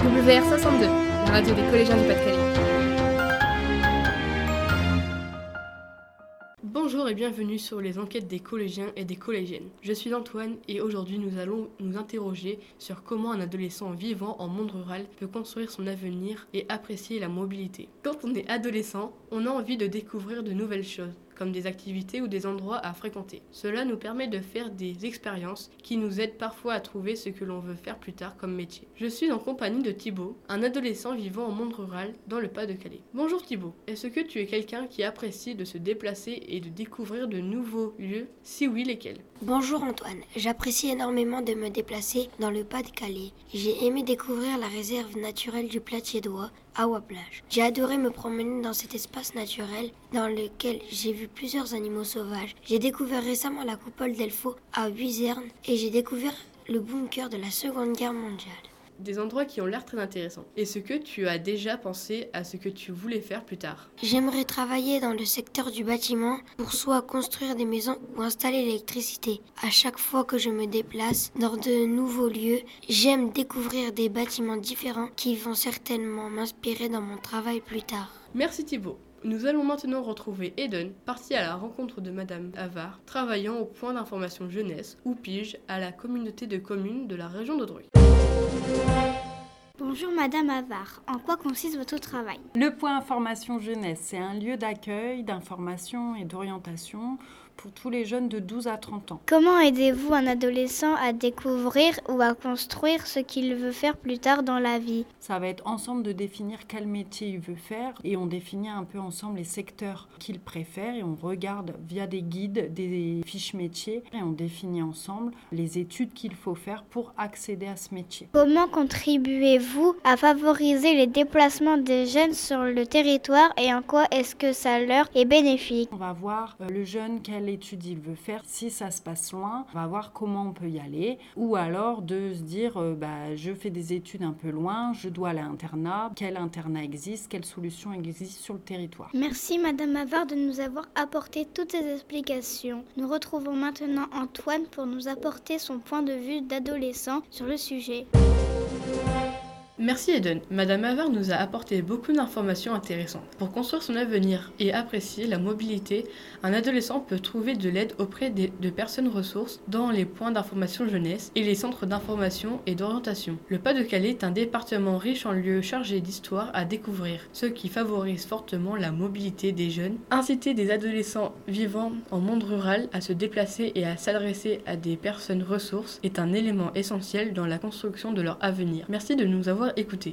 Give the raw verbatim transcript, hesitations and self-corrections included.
W R soixante-deux, la radio des collégiens du Pas-de-Calais. Bonjour et bienvenue sur les enquêtes des collégiens et des collégiennes. Je suis Antoine et aujourd'hui nous allons nous interroger sur comment un adolescent vivant en monde rural peut construire son avenir et apprécier la mobilité. Quand on est adolescent, on a envie de découvrir de nouvelles choses, comme des activités ou des endroits à fréquenter. Cela nous permet de faire des expériences qui nous aident parfois à trouver ce que l'on veut faire plus tard comme métier. Je suis en compagnie de Thibaut, un adolescent vivant en monde rural dans le Pas-de-Calais. Bonjour Thibaut, est-ce que tu es quelqu'un qui apprécie de se déplacer et de découvrir de nouveaux lieux? Si oui, lesquels? Bonjour Antoine, j'apprécie énormément de me déplacer dans le Pas-de-Calais. J'ai aimé découvrir la réserve naturelle du Platier-d'Oie à Ouaplage. J'ai adoré me promener dans cet espace naturel dans lequel j'ai vu plusieurs animaux sauvages. J'ai découvert récemment la coupole d'Elfaux à Huizerne et j'ai découvert le bunker de la Seconde Guerre mondiale. Des endroits qui ont l'air très intéressants. Est-ce que tu as déjà pensé à ce que tu voulais faire plus tard? J'aimerais travailler dans le secteur du bâtiment pour soit construire des maisons ou installer l'électricité. À chaque fois que je me déplace dans de nouveaux lieux, j'aime découvrir des bâtiments différents qui vont certainement m'inspirer dans mon travail plus tard. Merci Thibaut. Nous allons maintenant retrouver Eden, parti à la rencontre de Madame Havard, travaillant au point d'information jeunesse ou PIGE à la communauté de communes de la région d'Audruy. Bonjour Madame Havard, en quoi consiste votre travail? Le point information jeunesse, c'est un lieu d'accueil, d'information et d'orientation pour tous les jeunes de douze à trente ans. Comment aidez-vous un adolescent à découvrir ou à construire ce qu'il veut faire plus tard dans la vie? Ça va être ensemble de définir quel métier il veut faire et on définit un peu ensemble les secteurs qu'il préfère et on regarde via des guides, des fiches métiers et on définit ensemble les études qu'il faut faire pour accéder à ce métier. Comment contribuez-vous à favoriser les déplacements des jeunes sur le territoire et en quoi est-ce que ça leur est bénéfique? On va voir euh, le jeune quelle étude il veut faire. Si ça se passe loin, on va voir comment on peut y aller. Ou alors de se dire, euh, bah, je fais des études un peu loin, je dois aller à l'internat. Quel internat existe? Quelle solution existe sur le territoire? Merci Madame Havard de nous avoir apporté toutes ces explications. Nous retrouvons maintenant Antoine pour nous apporter son point de vue d'adolescent sur le sujet. Merci Eden. Madame Havard nous a apporté beaucoup d'informations intéressantes. Pour construire son avenir et apprécier la mobilité, un adolescent peut trouver de l'aide auprès de, de personnes ressources dans les points d'information jeunesse et les centres d'information et d'orientation. Le Pas-de-Calais est un département riche en lieux chargés d'histoire à découvrir, ce qui favorise fortement la mobilité des jeunes. Inciter des adolescents vivant en monde rural à se déplacer et à s'adresser à des personnes ressources est un élément essentiel dans la construction de leur avenir. Merci de nous avoir écoutés.